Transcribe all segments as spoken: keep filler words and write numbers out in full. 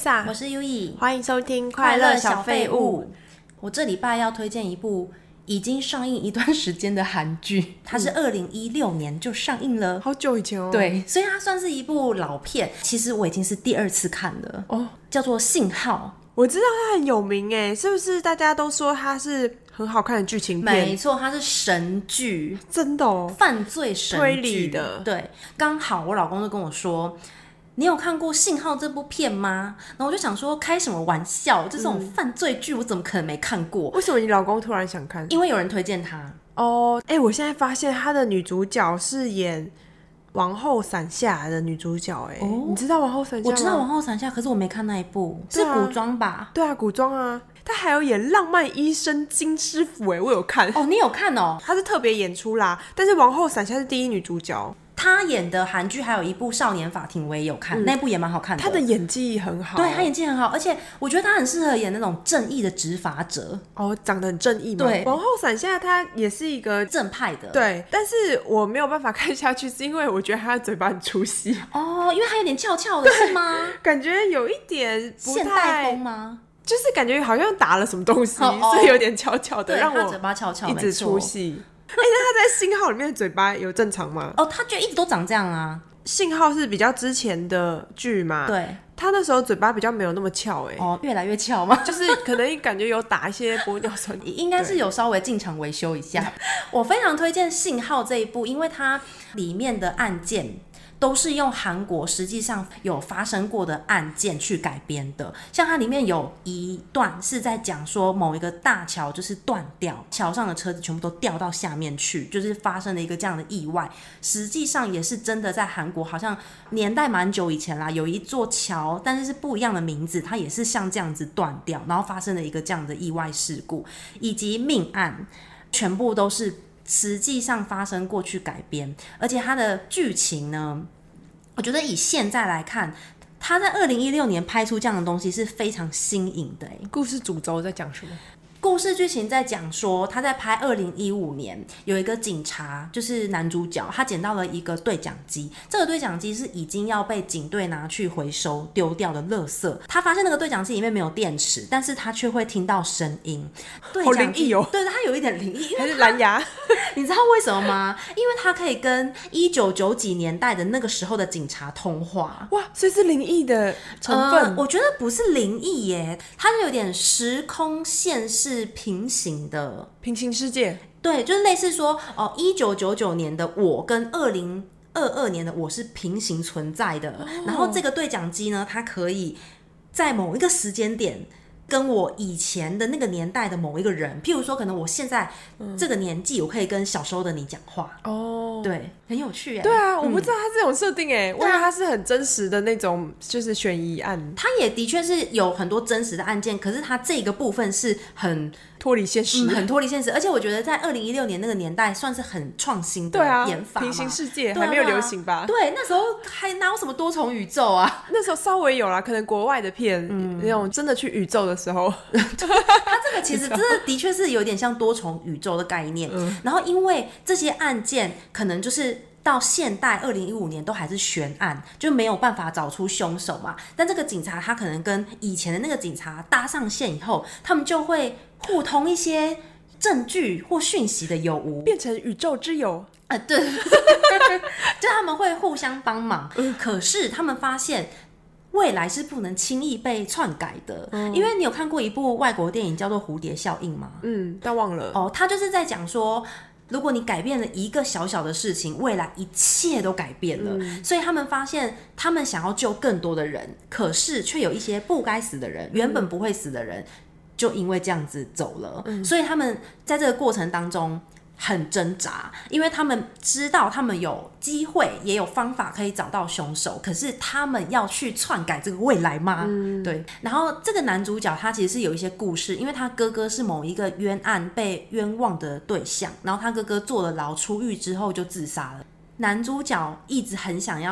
Lisa， 我是 Yui， 欢迎收听快乐小废物。 我这礼拜要推荐一部已经上映一段时间的韩剧，它是二零一六年就上映了， 好久以前哦。 对，所以它算是一部老片。其实我已经是第二次看了哦，叫做《信号》。 我知道它很有名诶，是不是大家都说它是很好看的剧情片？ 没错，它是神剧， 真的哦， 犯罪神剧， 推理的。 对，刚好我老公就跟我说，你有看过《信号》这部片吗？然后我就想说，开什么玩笑？这种犯罪剧我怎么可能没看过？ 为什么你老公突然想看？ 因为有人推荐他。 哦，哎、欸，我现在发现他的女主角是演《王后伞下》的女主角，哎、哦，你知道《王后伞下》吗？ 我知道《王后伞下》，可是我没看那一部，是古装吧？ 对啊，古装啊。他还有演《浪漫医生金师傅》，哎，我有看。 哦，你有看哦？ 他是特别演出啦，但是《王后伞下》是第一女主角。 他演的韩剧还有一部《少年法庭》，我也有看，嗯、那部也蛮好看的。 他的演技很好， 对他演技很好，而且我觉得他很适合演那种正义的执法者。 哦，长得很正义嘛。 对， 王后伞下他也是一个正派的。 对，但是我没有办法看下去，是因为我觉得他的嘴巴很出戏。 哦，因为他有点翘翘的，是吗？ 感觉有一点不太现代风吗？ 就是感觉好像打了什么东西，哦哦所以有点翘翘的，让我嘴巴翘翘， 一直出戏。哎、欸，那他在信号里面的嘴巴有正常吗？ 哦，他就一直都长这样啊。 信号是比较之前的剧嘛， 对， 他那时候嘴巴比较没有那么翘，哎， 哦，越来越翘吗？ 就是可能感觉有打一些玻尿酸， 应该是有稍微进场维修一下。我非常推荐《信号》这一部，因为它里面的案件都是用韩国实际上有发生过的案件去改编的，像它里面有一段是在讲说某一个大桥就是断掉，桥上的车子全部都掉到下面去，就是发生了一个这样的意外。实际上也是真的在韩国，好像年代蛮久以前啦，有一座桥，但是是不一样的名字，它也是像这样子断掉，然后发生了一个这样的意外事故，以及命案，全部都是实际上发生过去改编，而且它的剧情呢，我觉得以现在来看，他在二零一六年拍出这样的东西是非常新颖的。 故事主轴在讲什么？ 故事剧情在讲说，他在拍二零一五年有一个警察，就是男主角，他捡到了一个对讲机，这个对讲机是已经要被警队拿去回收丢掉的垃圾。他发现那个对讲机里面没有电池，但是他却会听到声音。对， 好灵异哦！ 对，他有一点灵异， 还是蓝牙？ 你知道为什么吗？因为他可以跟一九九几年代的那个时候的警察通话。 哇，所以是灵异的成分？ 呃、我觉得不是灵异耶，它是有点时空现实。是平行的平行世界， 对，就是类似说哦，一九九九年的我跟二零二二年的我是平行存在的，哦、然后这个对讲机呢，它可以在某一个时间点跟我以前的那个年代的某一个人，譬如说，可能我现在这个年纪，我可以跟小时候的你讲话。哦，对，很有趣哎。 对啊，我不知道它这种设定哎、嗯，我以为它是很真实的那种，就是悬疑案。 它也的确是有很多真实的案件，可是它这个部分是很脱离现实、 嗯，很脱离现实。而且我觉得在二零一六年那个年代，算是很创新的研法嘛。 平行世界还没有流行吧？ 对，那时候还哪有什么多重宇宙啊？ 那时候稍微有啦，可能国外的片、嗯、那种真的去宇宙的时候， 它这个其实真的的确是有点像多重宇宙的概念。嗯、然后因为这些案件可能就是到现代二零一五年都还是悬案，就没有办法找出凶手嘛。但这个警察他可能跟以前的那个警察搭上线以后，他们就会互通一些证据或讯息的有无， 变成宇宙之友。 呃，对，就他们会互相帮忙。嗯、可是他们发现未来是不能轻易被篡改的，嗯、因为你有看过一部外国电影叫做《蝴蝶效应》吗？ 嗯，但忘了。 哦，他就是在讲说，如果你改变了一个小小的事情，未来一切都改变了。嗯、所以他们发现，他们想要救更多的人，可是却有一些不该死的人，原本不会死的人，就因为这样子走了。嗯、所以他们在这个过程当中很挣扎，因为他们知道他们有机会也有方法可以找到凶手，可是他们要去篡改这个未来吗？嗯、对。然后这个男主角他其实是有一些故事，因为他哥哥是某一个冤案被冤枉的对象，然后他哥哥坐了牢出狱之后就自杀了。男主角一直很想要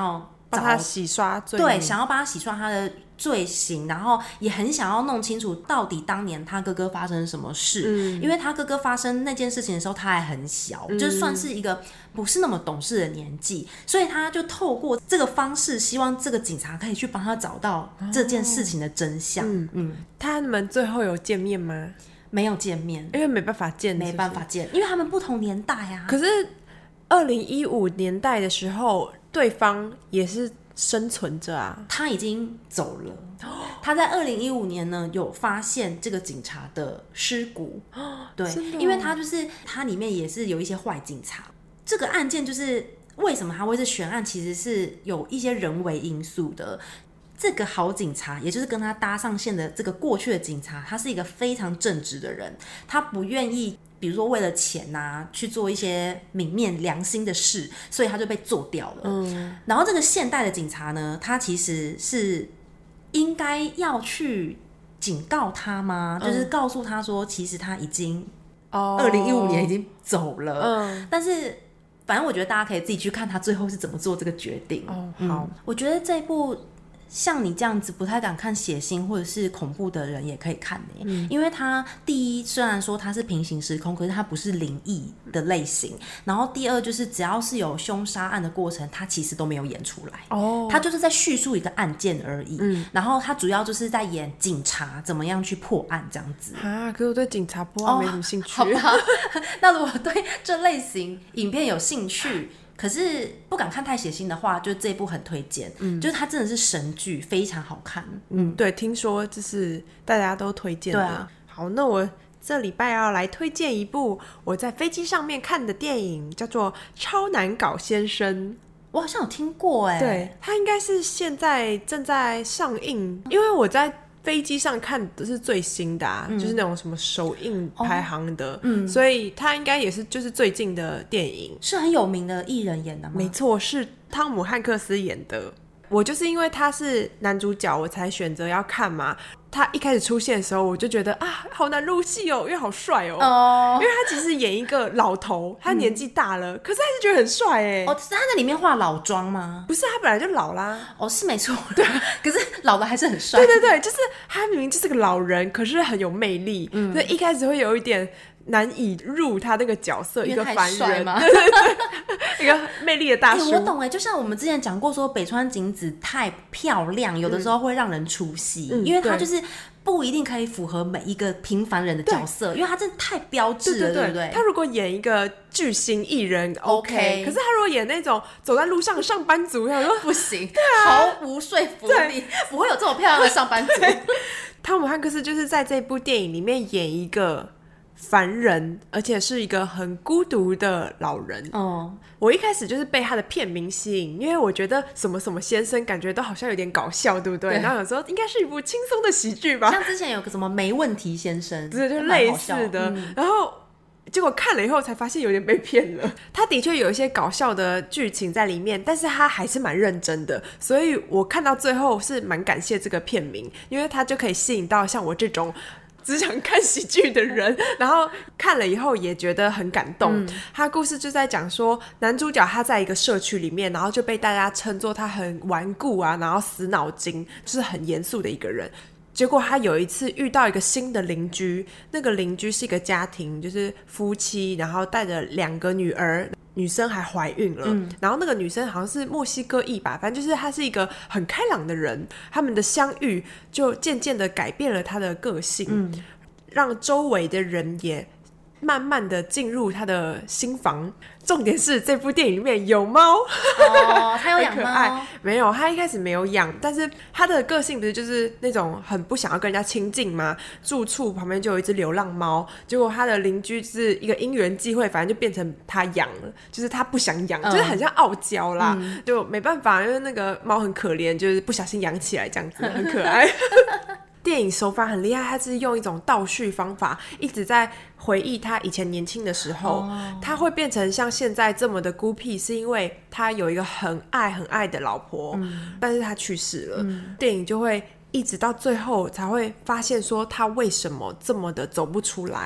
帮他洗刷罪对，想要帮他洗刷他的罪行，然后也很想要弄清楚到底当年他哥哥发生什么事、嗯、因为他哥哥发生那件事情的时候他还很小、嗯、就算是一个不是那么懂事的年纪，所以他就透过这个方式希望这个警察可以去帮他找到这件事情的真相、哦、嗯, 嗯他们最后有见面吗？ 没有见面， 因为没办法见是不是？ 没办法见，因为他们不同年代啊。 可是二零一五年代的时候对方也是生存着啊， 他已经走了。他在二零一五年呢有发现这个警察的尸骨，对，因为他就是他里面也是有一些坏警察。这个案件就是为什么他会是悬案，其实是有一些人为因素的。这个好警察，也就是跟他搭上线的这个过去的警察，他是一个非常正直的人，他不愿意比如说为了钱啊去做一些泯灭良心的事，所以他就被做掉了、嗯、然后这个现代的警察呢，他其实是应该要去警告他吗、嗯、就是告诉他说其实他已经二零一五年已经走了、嗯、但是反正我觉得大家可以自己去看他最后是怎么做这个决定、哦好嗯、我觉得这部像你这样子不太敢看血腥或者是恐怖的人也可以看、欸嗯、因为它第一虽然说它是平行时空，可是它不是灵异的类型，然后第二就是只要是有凶杀案的过程它其实都没有演出来、哦、它就是在叙述一个案件而已、嗯、然后它主要就是在演警察怎么样去破案这样子啊。可是我对警察破案没什么兴趣、 哦、好吧那如果对这类型影片有兴趣可是不敢看太血腥的话，就这一部很推荐、嗯、就是它真的是神剧，非常好看。 嗯，对，听说就是大家都推荐的。对啊，好，那我这礼拜要来推荐一部我在飞机上面看的电影，叫做《超难搞先生》。 我好像有听过哎， 对，它应该是现在正在上映，因为我在飞机上看的是最新的啊、嗯、就是那种什么首映排行的、哦嗯、所以它应该也是就是最近的电影。 是很有名的艺人演的吗？ 没错，是汤姆汉克斯演的。我就是因为他是男主角我才选择要看嘛，他一开始出现的时候我就觉得啊好难入戏哦，因为好帅哦、oh. 因为他其实演一个老头，他年纪大了、嗯、可是还是觉得很帅耶。 哦，他在里面化老妆吗？ 不是，他本来就老啦。 哦，是没错，对，可是老的还是很帅。 对对对，就是他明明就是个老人，可是很有魅力，嗯，所以一开始会有一点难以入他那个角色，一个凡人吗？对对对，一个魅力的大叔、 欸、我懂耶，就像我们之前讲过说北川景子太漂亮有的时候会让人出戏、嗯、因为她就是不一定可以符合每一个平凡人的角色，因为她真的太标志了， 对, 对, 对, 对不对？ 她如果演一个巨星艺人 OK, OK 可是她如果演那种走在路上的上班族我说不行，对啊，毫无说服力，不会有这么漂亮的上班族。 汤姆汉克斯就是在这部电影里面演一个凡人，而且是一个很孤独的老人。哦，我一开始就是被他的片名吸引，因为我觉得什么什么先生感觉都好像有点搞笑，对不对？对，然后有时候应该是一部轻松的喜剧吧， 像之前有个什么没问题先生， 对，就类似的、嗯、然后结果看了以后才发现有点被骗了。他的确有一些搞笑的剧情在里面，但是他还是蛮认真的，所以我看到最后是蛮感谢这个片名，因为他就可以吸引到像我这种只想看喜剧的人，然后看了以后也觉得很感动、嗯、他故事就在讲说男主角他在一个社区里面，然后就被大家称作他很顽固啊，然后死脑筋，就是很严肃的一个人。结果他有一次遇到一个新的邻居，那个邻居是一个家庭，就是夫妻，然后带着两个女儿，女生还怀孕了、嗯、然后那个女生好像是墨西哥裔吧，反正就是她是一个很开朗的人，他们的相遇就渐渐的改变了她的个性、嗯、让周围的人也慢慢的进入他的心房。重点是这部电影里面有猫哦，他有养猫？ 没有，他一开始没有养，但是他的个性不是就是那种很不想要跟人家亲近吗？住处旁边就有一只流浪猫，结果他的邻居是一个因缘际会，反正就变成他养了，就是他不想养、嗯、就是很像傲娇啦、嗯、就没办法，因为那个猫很可怜，就是不小心养起来这样子，很可爱。电影手法很厉害，他是用一种倒叙方法一直在回忆他以前年轻的时候、哦、他会变成像现在这么的孤僻，是因为他有一个很爱很爱的老婆、嗯、但是他去世了、嗯、电影就会一直到最后才会发现说他为什么这么的走不出来。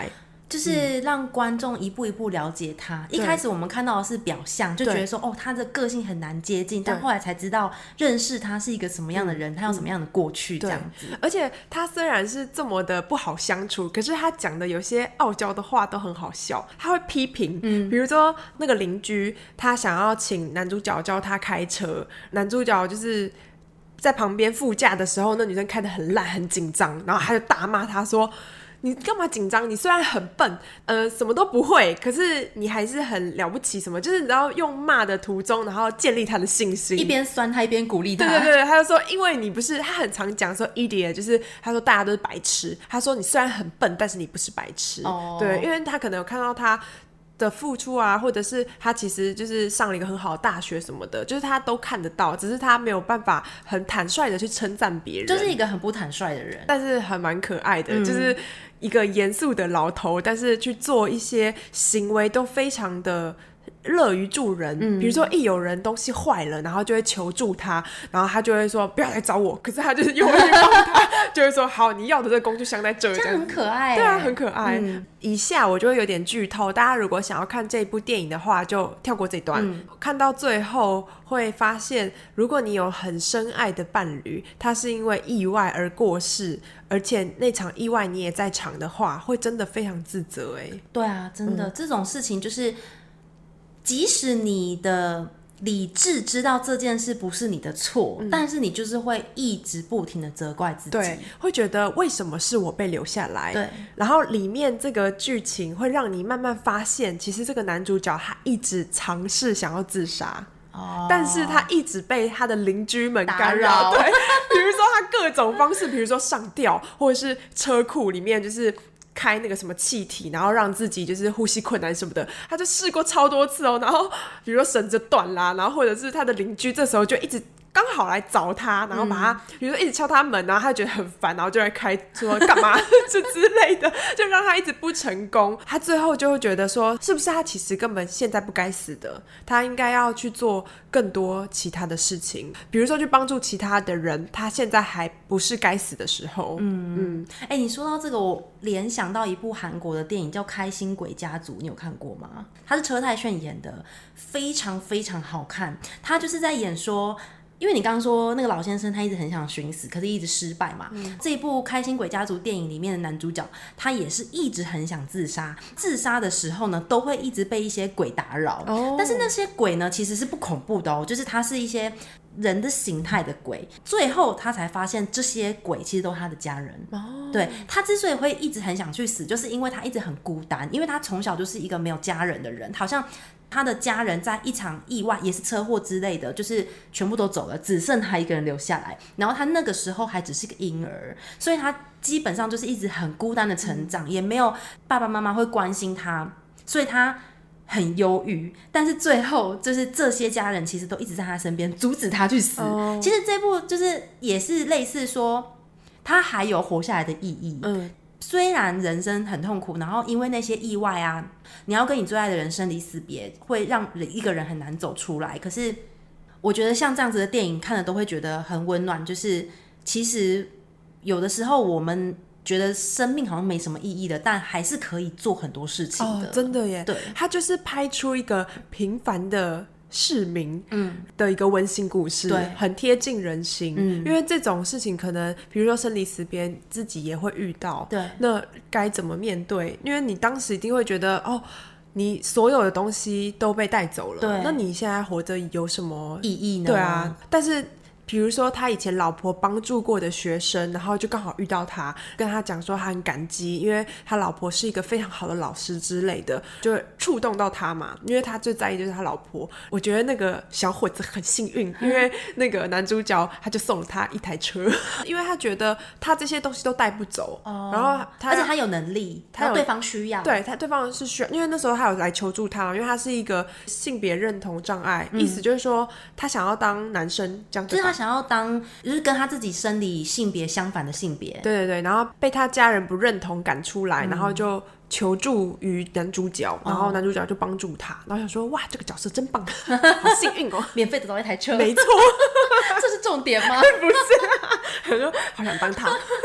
就是让观众一步一步了解他。一开始我们看到的是表象，就觉得说哦，他的个性很难接近，但后来才知道认识他是一个什么样的人，他有什么样的过去这样子。 而且他虽然是这么的不好相处，可是他讲的有些傲娇的话都很好笑。他会批评，嗯，比如说那个邻居，他想要请男主角教他开车，男主角就是在旁边副驾的时候，那女生开得很烂很紧张，然后他就大骂他说，你干嘛紧张？你虽然很笨，呃，什么都不会，可是你还是很了不起。什么？就是你知道用骂的途中，然后建立他的信心， 一边酸他一边鼓励他。 对对对，他就说，因为你不是，他很常讲说 idiot， 就是他说大家都是白痴。他说你虽然很笨，但是你不是白痴。哦，对，因为他可能有看到他的付出啊，或者是他其实就是上了一个很好的大学什么的，就是他都看得到，只是他没有办法很坦率的去称赞别人， 就是一个很不坦率的人， 但是还蛮可爱的，嗯，就是一个严肃的老头，但是去做一些行为都非常的乐于助人，嗯，比如说一有人东西坏了，然后就会求助他，然后他就会说不要来找我，可是他就是又会去帮他就会说好，你要的这个工具箱在这， 这样很可爱， 对啊，很可爱。嗯，以下我就会有点剧透，大家如果想要看这部电影的话就跳过这段，嗯，看到最后会发现，如果你有很深爱的伴侣，他是因为意外而过世，而且那场意外你也在场的话，会真的非常自责。哎， 对啊，真的，嗯，这种事情就是即使你的理智知道这件事不是你的错，嗯，但是你就是会一直不停的责怪自己， 对，会觉得为什么是我被留下来， 对， 然后里面这个剧情会让你慢慢发现，其实这个男主角他一直尝试想要自杀，哦，但是他一直被他的邻居们干扰，对，比如说他各种方式，比如说上吊，或者是车库里面就是开那个什么气体，然后让自己就是呼吸困难什么的，他就试过超多次哦。然后比如说绳子断啦，然后或者是他的邻居这时候就一直刚好来找他，然后把他，嗯，比如说一直敲他门，然后他觉得很烦，然后就来开说干嘛这之类的，就让他一直不成功。他最后就会觉得说，是不是他其实根本现在不该死的，他应该要去做更多其他的事情，比如说去帮助其他的人，他现在还不是该死的时候。嗯嗯，哎，欸，你说到这个，我联想到一部韩国的电影叫《开心鬼家族》，你有看过吗？他是车太铉演的，非常非常好看。他就是在演说，因为你刚刚说那个老先生他一直很想寻死，可是一直失败嘛，嗯，这一部《开心鬼家族》电影里面的男主角他也是一直很想自杀，自杀的时候呢都会一直被一些鬼打扰，哦，但是那些鬼呢其实是不恐怖的哦，就是他是一些人的形态的鬼，最后他才发现这些鬼其实都是他的家人，哦，对，他之所以会一直很想去死，就是因为他一直很孤单，因为他从小就是一个没有家人的人，好像他的家人在一场意外，也是车祸之类的，就是全部都走了，只剩他一个人留下来，然后他那个时候还只是个婴儿，所以他基本上就是一直很孤单的成长，嗯，也没有爸爸妈妈会关心他，所以他很忧郁，但是最后就是这些家人其实都一直在他身边阻止他去死，哦，其实这部就是也是类似说他还有活下来的意义，嗯，虽然人生很痛苦，然后因为那些意外啊，你要跟你最爱的人生离死别，会让一个人很难走出来，可是我觉得像这样子的电影看了都会觉得很温暖，就是其实有的时候我们觉得生命好像没什么意义的，但还是可以做很多事情的， 哦，真的耶，对，他就是拍出一个平凡的市民的一个温馨故事，对，很贴近人心，嗯，因为这种事情可能比如说生离死别自己也会遇到，对，那该怎么面对？因为你当时一定会觉得哦，你所有的东西都被带走了，对，那你现在活着有什么意义呢？ 对啊，但是比如说他以前老婆帮助过的学生，然后就刚好遇到他，跟他讲说他很感激，因为他老婆是一个非常好的老师之类的，就触动到他嘛，因为他最在意就是他老婆。我觉得那个小伙子很幸运，因为那个男主角他就送了他一台车，因为他觉得他这些东西都带不走，哦，然后他而且他有能力，他有对方需要， 对，他对方是需要，因为那时候他有来求助他，因为他是一个性别认同障碍，嗯，意思就是说他想要当男生，这样就是他想要当就是跟他自己生理性别相反的性别， 对对对，然后被他家人不认同赶出来，嗯，然后就求助于男主角，然后男主角就帮助他，然后想说哇这个角色真棒，好幸运哦， 免费得到一台车， 没错， 这是重点吗？ 不是，我就好想帮他。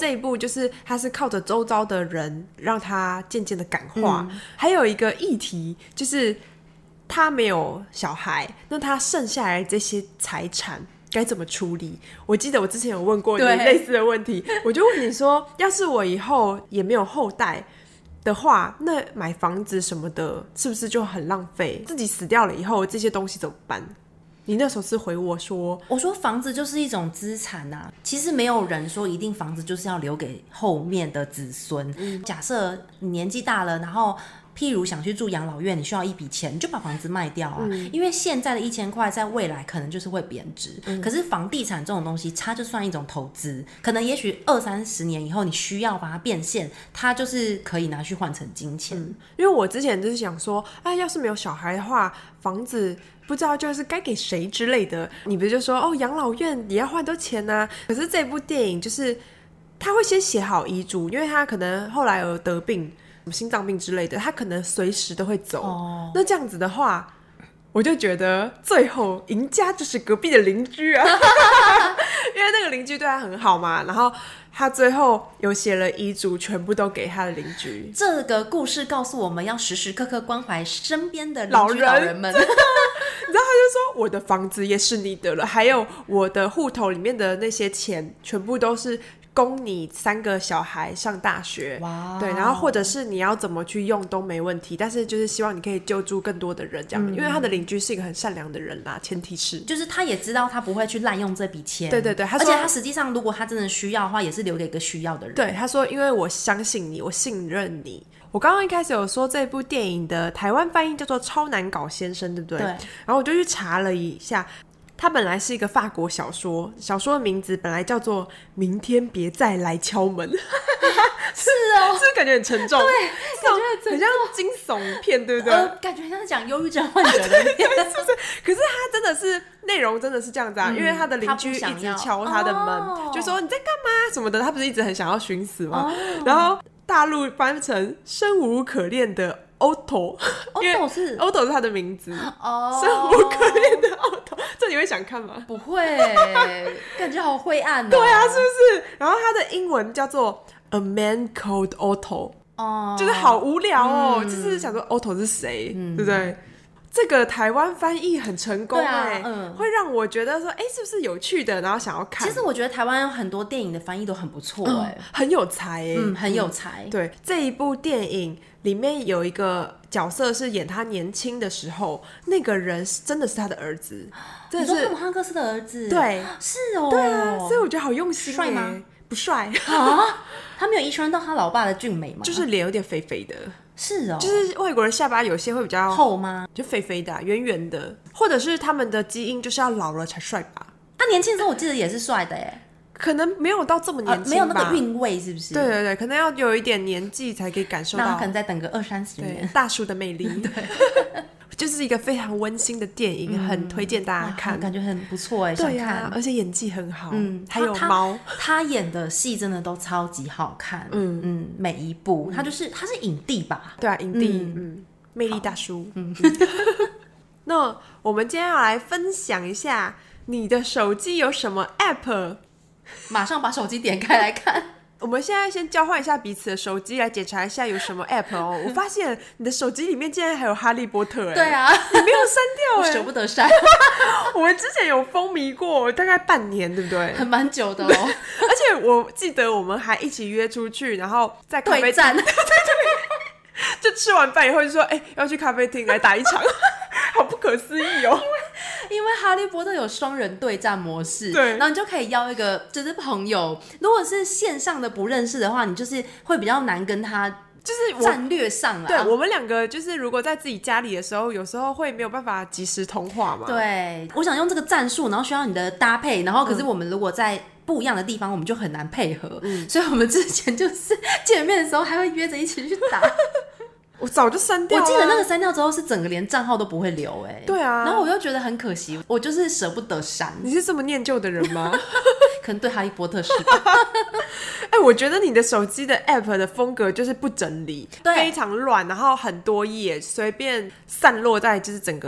这一部就是他是靠着周遭的人让他渐渐的感化、嗯、还有一个议题就是他没有小孩，那他剩下来这些财产该怎么处理？我记得我之前有问过你类似的问题，我就问你说要是我以后也没有后代的话，那买房子什么的是不是就很浪费？自己死掉了以后这些东西怎么办？你那时候是回我说， 我说房子就是一种资产啊，其实没有人说一定房子就是要留给后面的子孙、嗯、假设你年纪大了，然后譬如想去住养老院，你需要一笔钱，你就把房子卖掉啊、嗯、因为现在的一千块在未来可能就是会贬值、嗯、可是房地产这种东西它就算一种投资，可能也许二三十年以后你需要把它变现，它就是可以拿去换成金钱、嗯、 因为我之前就是想说哎，要是没有小孩的话，房子不知道就是该给谁之类的，你不是就说哦养老院也要花很多钱啊，可是这部电影就是他会先写好遗嘱，因为他可能后来有得病心脏病之类的，他可能随时都会走、哦、那这样子的话我就觉得最后赢家就是隔壁的邻居啊因为那个邻居对他很好嘛，然后他最后有写了遗嘱全部都给他的邻居。 这个故事告诉我们要时时刻刻关怀身边的邻居老人们你知道他就说我的房子也是你的了，还有我的户头里面的那些钱全部都是供你三个小孩上大学，哇，对，然后或者是你要怎么去用都没问题，但是就是希望你可以救助更多的人这样、嗯、因为他的邻居是一个很善良的人啦，前提是就是他也知道他不会去滥用这笔钱， 对对对，他说而且他实际上如果他真的需要的话也是留给一个需要的人， 对，他说因为我相信你，我信任你。我刚刚一开始有说这部电影的台湾翻译叫做超难搞先生，对不对？对。然后我就去查了一下，它本来是一个法国小说，小说的名字本来叫做明天别再来敲门是哦， 是不是感觉很沉重？ 对，感觉很沉重， 很像惊悚片，对不对？ 呃，感觉像讲忧郁症患者的片是不是？可是它真的是内容真的是这样子啊、嗯、因为他的邻居一直敲他的门、哦、就说你在干嘛什么的，他不是一直很想要寻死吗、哦、然后大陆翻成生无可恋的 Otto， Otto 是 Otto 是他的名字哦，生无可恋的 Otto， 这你会想看吗？ 不会感觉好灰暗哦。 对啊，是不是？然后他的英文叫做 A Man Called Otto， 哦，就是好无聊哦、嗯、就是想说 Otto 是谁、嗯、对不对？这个台湾翻译很成功哎、欸啊嗯，会让我觉得说，哎，是不是有趣的？然后想要看。 其实我觉得台湾有很多电影的翻译都很不错哎、欸嗯， 很有才哎、欸， 嗯，很有才、嗯。 对，这一部电影里面有一个角色是演他年轻的时候，那个人真的是他的儿子，真的是你说汤姆汉克斯的儿子？ 对， 是哦， 对啊，所以我觉得好用心、欸。 帅吗？ 不帅啊，他没有遗传到他老爸的俊美吗？ 就是脸有点肥肥的。 是哦， 就是外国人下巴有些会比较厚吗？ 就肥肥的、啊、圆圆的，或者是他们的基因就是要老了才帅吧。 他年轻的时候我记得也是帅的耶， 可能没有到这么年轻吧、啊、 没有那个韵味是不是？ 对对对，可能要有一点年纪才可以感受到， 那他可能再等个二三十年， 大叔的魅力。对。就是一个非常温馨的电影、嗯、很推荐大家看， 感觉很不错哎， 对啊，想看， 而且演技很好， 嗯， 还有猫， 他, 他演的戏真的都超级好看，嗯嗯，每一部、嗯、他就是他是影帝吧？ 对啊，影帝，嗯，嗯魅力大叔，嗯。那我们今天要来分享一下你的手机有什么 app， 马上把手机点开来看。 我们现在先交换一下彼此的手机，来检查一下有什么 app 哦。我发现你的手机里面竟然还有哈利波特哎， 对啊， 你没有删掉哎， 我舍不得删。 我们之前有风靡过大概半年，对不对？ 很蛮久的哦。 而且我记得我们还一起约出去，然后在咖啡对战， 就吃完饭以后就说，哎、欸，要去咖啡厅来打一场，好不可思议哦。 因为哈利波特有双人对战模式， 对， 然后你就可以邀一个就是朋友，如果是线上的不认识的话，你就是会比较难跟他就是战略上啦。 对，我们两个就是如果在自己家里的时候，有时候会没有办法即时通话嘛。 对，我想用这个战术，然后需要你的搭配，然后可是我们如果在不一样的地方，我们就很难配合，嗯，所以我们之前就是见面的时候还会约着一起去打。 我早就删掉了， 我记得那个删掉之后是整个连账号都不会留哎、欸。 对啊， 然后我又觉得很可惜，我就是舍不得删。 你是这么念旧的人吗？ 可能对哈利波特是吧。 哎、欸，我觉得你的手机的 app 的风格就是不整理，非常乱，然后很多页随便散落在就是整个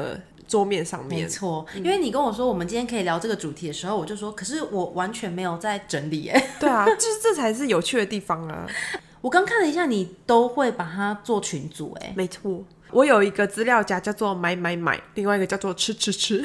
桌面上面。 没错，因为你跟我说我们今天可以聊这个主题的时候，我就说，可是我完全没有在整理耶。 对啊，就是这才是有趣的地方啊。 我刚看了一下，你都会把它做群组哎。 没错，我有一个资料夹叫做买买买，另外一个叫做吃吃吃。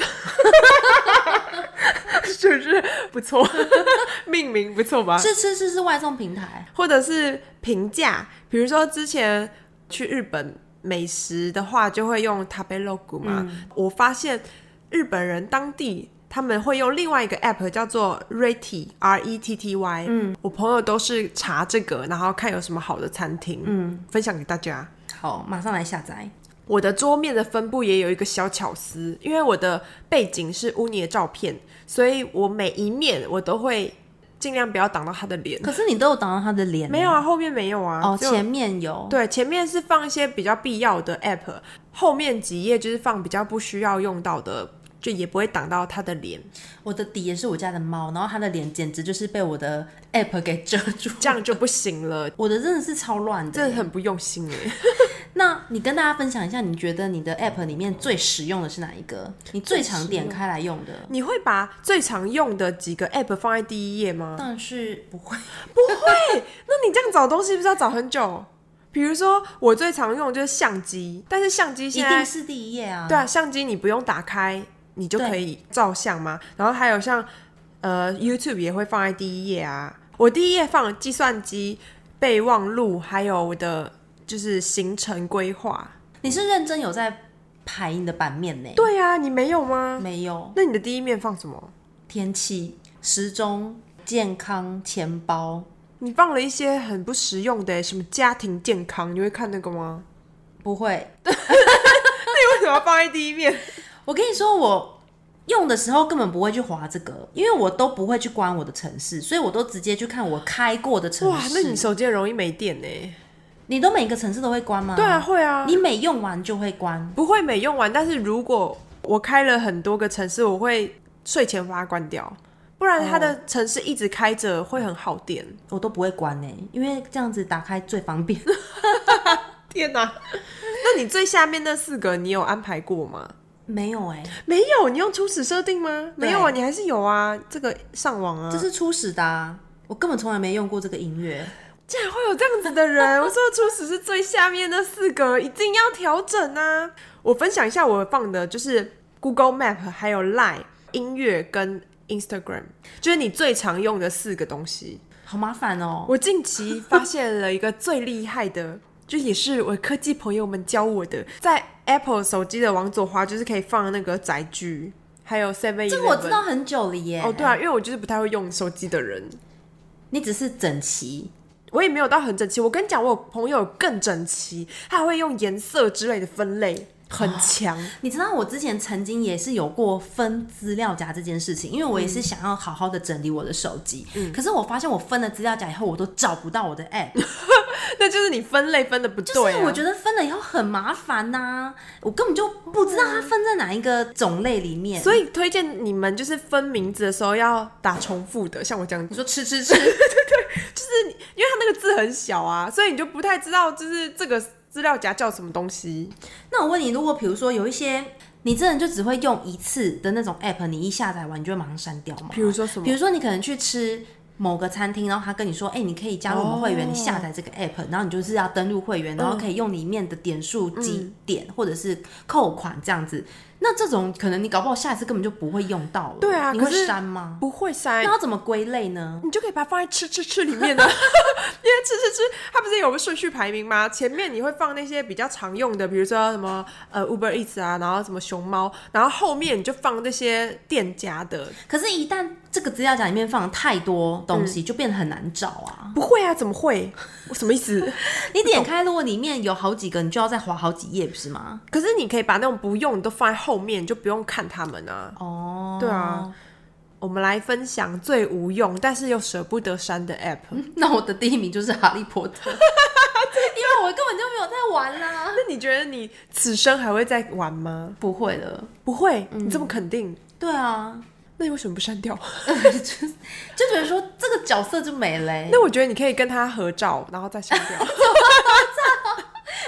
是不是不错？命名不错吧？ 吃吃吃是外送平台， 或者是评价，比如说之前去日本美食的话，就会用 Tabelog 嘛、嗯。我发现日本人当地他们会用另外一个 app 叫做 Retty R E T T Y。嗯，我朋友都是查这个，然后看有什么好的餐厅，嗯，分享给大家。 好，马上来下载。 我的桌面的分布也有一个小巧思，因为我的背景是乌尼的照片，所以我每一面我都会尽量不要挡到他的脸。 可是你都有挡到他的脸？ 没有啊，后面没有啊。 哦，前面有。 对，前面是放一些比较必要的 app， 后面几页就是放比较不需要用到的，就也不会挡到他的脸。 我的底也是我家的猫，然后他的脸简直就是被我的 app 给遮住， 这样就不行了。 我的真的是超乱的， 真的很不用心耶。 那你跟大家分享一下，你觉得你的 app 里面最实用的是哪一个？你最常点开来用的？ 你会把最常用的几个 app 放在第一页吗？ 当然是不会。 不会？那你这样找东西不是要找很久？比如说我最常用的就是相机，但是相机现在一定是第一页啊。 对啊，相机你不用打开你就可以照相嘛。然后还有像呃 YouTube 也会放在第一页啊。我第一页放计算机、备忘录，还有我的就是行程规划。 你是认真有在排你的版面呢？ 对啊，你没有吗？ 没有。 那你的第一面放什么？ 天气、时钟、健康、钱包。 你放了一些很不实用的，什么家庭健康，你会看那个吗？ 不会。 那你为什么要放在第一面？ 我跟你说，我用的时候根本不会去滑这个，因为我都不会去关我的程式，所以我都直接去看我开过的程式。 哇，那你手机很容易没电耶。 你都每个程式都会关吗？ 对啊，会啊。 你每用完就会关？ 不会每用完，但是如果我开了很多个程式，我会睡前把它关掉，不然它的程式一直开着会很耗电。 我都不会关耶，因为这样子打开最方便。 天哪！那你最下面那四个你有安排过吗？ 没有哎、欸， 没有。你用初始设定吗？没有啊，你还是有啊。这个上网啊， 这是初始的啊，我根本从来没用过这个音乐。 竟然会有这样子的人！我说初始是最下面那四个，一定要调整啊！我分享一下我放的，就是 Google Map 还有 Line 音乐跟 Instagram， 就是你最常用的四个东西。 好麻烦哦！ 我近期发现了一个最厉害的。就也是我科技朋友们教我的，在 Apple 手机的往左滑，就是可以放那个载具，还有 seven eleven。 这个我知道很久了耶。 哦，对啊，因为我就是不太会用手机的人。 你只是整齐， 我也没有到很整齐。我跟你讲，我有朋友更整齐，他还会用颜色之类的分类。很强、哦， 你知道我之前曾经也是有过分资料夹这件事情，因为我也是想要好好的整理我的手机、嗯，可是我发现我分了资料夹以后，我都找不到我的 app， 那就是你分类分的不对、啊。 就是我觉得分了以后很麻烦呐、啊，我根本就不知道它分在哪一个种类里面， 所以推荐你们就是分名字的时候要打重复的，像我这样， 你说吃吃吃， 对对对，就是因为它那个字很小啊，所以你就不太知道就是这个。资料夹叫什么东西？ 那我问你，如果比如说有一些你真的就只会用一次的那种 app， 你一下载完你就会马上删掉吗？ 比如说什么？ 比如说你可能去吃某个餐厅，然后他跟你说，哎、欸，你可以加入我们会员， oh. 你下载这个 app， 然后你就是要登录会员，然后可以用里面的点数积点、嗯、或者是扣款这样子。那这种可能你搞不好下一次根本就不会用到了。 对啊， 你会删吗？ 不会删。 那要怎么归类呢？ 你就可以把它放在吃吃吃里面呢、啊，因为吃吃吃它不是有个顺序排名吗？前面你会放那些比较常用的，比如说什么呃 Uber Eats 啊，然后什么熊猫，然后后面你就放那些店家的。 可是，一旦这个资料夹里面放太多东西，嗯、就变得很难找啊。 不会啊，怎么会？我什么意思？ 你点开，如果里面有好几个，你就要再滑好几页，不是吗？ 可是你可以把那种不用的都放在后面，就不用看他们啊。哦，对啊。我们来分享最无用但是又舍不得删的 app、 嗯、那我的第一名就是哈利波特因为我根本就没有在玩啦、啊。 那你觉得你此生还会再玩吗？ 不会了。 不会、嗯、你这么肯定？ 对啊。 那你为什么不删掉？ 就, 就觉得说这个角色就没了、欸、 那我觉得你可以跟他合照然后再删掉。 怎么合照？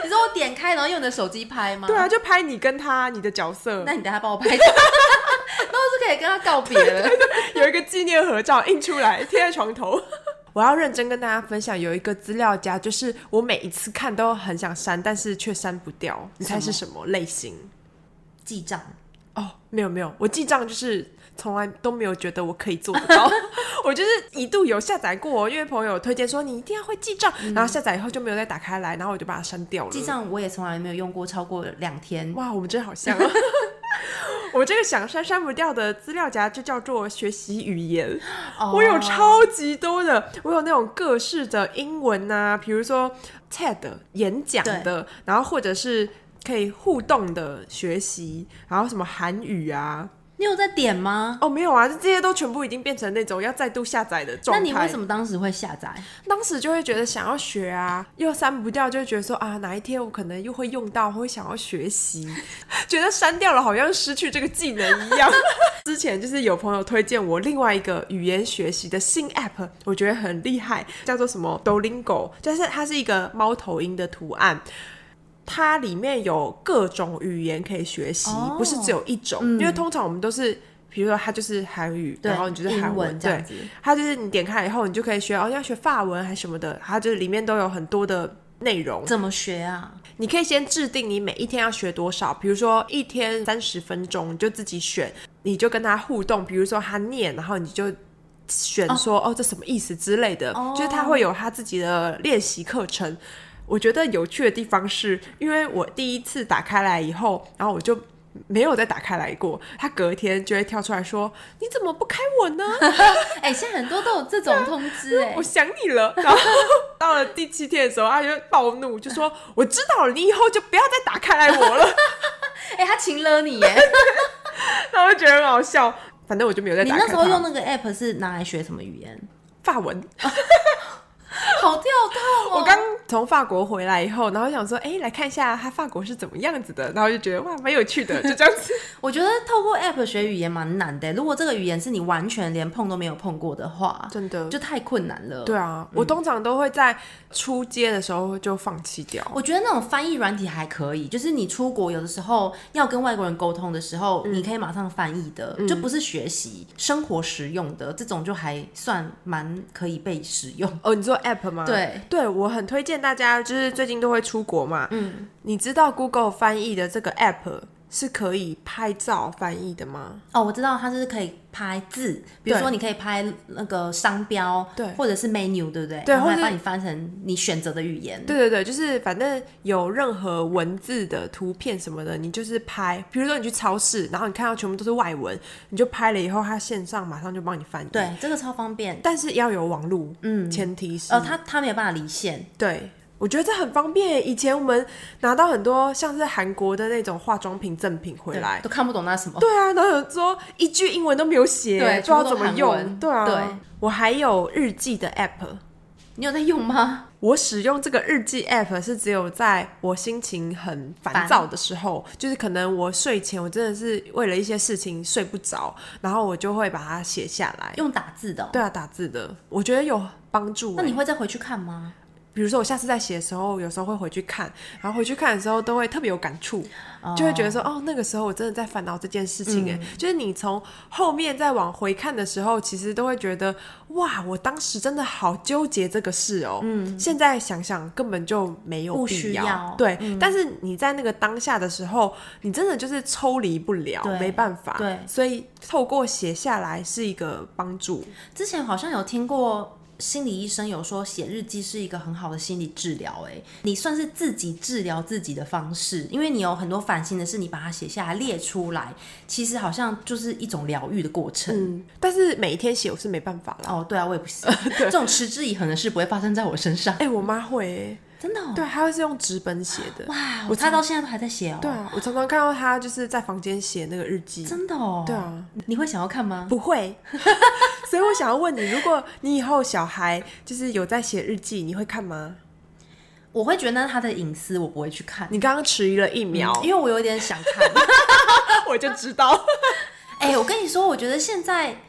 你说我点开然后用你的手机拍吗？ 对啊，就拍你跟他你的角色。 那你等下帮我拍照，那我是可以跟他告别了。 有一个纪念合照印出来贴在床头。我要认真跟大家分享，有一个资料夹，就是我每一次看都很想删，但是却删不掉。你猜是什么类型？ 记账。 哦，没有没有，我记账就是从来都没有觉得我可以做得到。我就是一度有下载过，因为朋友推荐说你一定要会记账、嗯、然后下载以后就没有再打开来，然后我就把它删掉了。 记账我也从来没有用过超过两天。 哇，我们真好像、啊、我这个想删删不掉的资料夹就叫做学习语言、oh. 我有超级多的，我有那种各式的英文啊，比如说 T E D 演讲的，然后或者是可以互动的学习，然后什么韩语啊。 你有在点吗？ 哦，没有啊，这些都全部已经变成那种要再度下载的状态。 那你为什么当时会下载？ 当时就会觉得想要学啊，又删不掉，就会觉得说啊，哪一天我可能又会用到，会想要学习，觉得删掉了好像失去这个技能一样。之前就是有朋友推荐我另外一个语言学习的新 app， 我觉得很厉害，叫做什么 Duolingo， 就是它是一个猫头鹰的图案。它里面有各种语言可以学习、oh, 不是只有一种、嗯、因为通常我们都是比如说它就是韩语，然后你就是韩文这样子，它就是你点开以后你就可以学哦，要学法文还是什么的，它就是里面都有很多的内容。 怎么学啊？ 你可以先制定你每一天要学多少，比如说一天三十分钟，你就自己选，你就跟他互动，比如说他念，然后你就选说 哦, 哦这什么意思之类的、oh. 就是他会有他自己的练习课程。我觉得有趣的地方是因为我第一次打开来以后，然后我就没有再打开来过，他隔天就会跳出来说你怎么不开我呢？ 哎、欸，现在很多都有这种通知哎、欸， 我想你了。然后到了第七天的时候他就暴怒，就说我知道了，你以后就不要再打开来我了。 哎、欸，他情了你耶。 然后我觉得很好笑，反正我就没有再打开它。 你那时候用那个 app 是拿来学什么语言？ 法文。 好跳痛哦！ 我刚从法国回来以后，然后想说，哎，来看一下他法国是怎么样子的，然后就觉得哇，蛮有趣的，就这样子。 我觉得透过 app 学语言蛮难的，如果这个语言是你完全连碰都没有碰过的话， 真的就太困难了。 对啊、嗯，我通常都会在初阶的时候就放弃掉。 我觉得那种翻译软体还可以，就是你出国有的时候要跟外国人沟通的时候，嗯、你可以马上翻译的、嗯，就不是学习生活实用的这种，就还算蛮可以被使用。 哦，你说 app 吗？ 对。 对，我很推荐大家，就是最近都会出国嘛，嗯，你知道 Google 翻译的这个 app 是可以拍照翻译的吗？ 哦，我知道它是可以拍字，比如说你可以拍那个商标，对，或者是 menu， 对不对？ 对， 然后来帮你翻成你选择的语言。 对对对，就是反正有任何文字的图片什么的，你就是拍，比如说你去超市，然后你看到全部都是外文，你就拍了以后，它线上马上就帮你翻译。 对，这个超方便， 但是要有网路，嗯，前提是， 呃，它它没有办法离线， 对。我觉得这很方便。以前我们拿到很多像是韩国的那种化妆品赠品回来， 都看不懂那什么。 对啊，然后有说一句英文都没有写， 对， 不知道怎么用。 对啊， 对。 我还有日记的 app， 你有在用吗？ 我使用这个日记 app 是只有在我心情很烦躁的时候，就是可能我睡前我真的是为了一些事情睡不着，然后我就会把它写下来。 用打字的、哦？ 对啊，打字的，我觉得有帮助、欸。 那你会再回去看吗？ 比如说我下次在写的时候，有时候会回去看，然后回去看的时候都会特别有感触，哦、就会觉得说哦，那个时候我真的在烦恼这件事情哎、嗯，就是你从后面再往回看的时候，其实都会觉得哇，我当时真的好纠结这个事哦，嗯，现在想想根本就没有必要， 不需要对、嗯，但是你在那个当下的时候，你真的就是抽离不了，没办法， 对， 所以透过写下来是一个帮助。 之前好像有听过。心理医生有说写日记是一个很好的心理治疗，哎，你算是自己治疗自己的方式，因为你有很多烦心的事，你把它写下来列出来，其实好像就是一种疗愈的过程。嗯， 但是每一天写我是没办法啦。 哦，对啊，我也不行，这种持之以恒的事不会发生在我身上。 哎、欸，我妈会、欸。 真的、哦？ 对，她会是用纸本写的。 哇，我她到现在都还在写哦。 对啊，我常常看到她就是在房间写那个日记。 真的哦？ 对啊， 你会想要看吗？ 不会。所以我想要问你，如果你以后小孩就是有在写日记，你会看吗？ 我会觉得他的隐私，我不会去看。 你刚刚迟疑了一秒、 嗯，因为我有点想看。 我就知道。 哎、欸，我跟你说，我觉得现在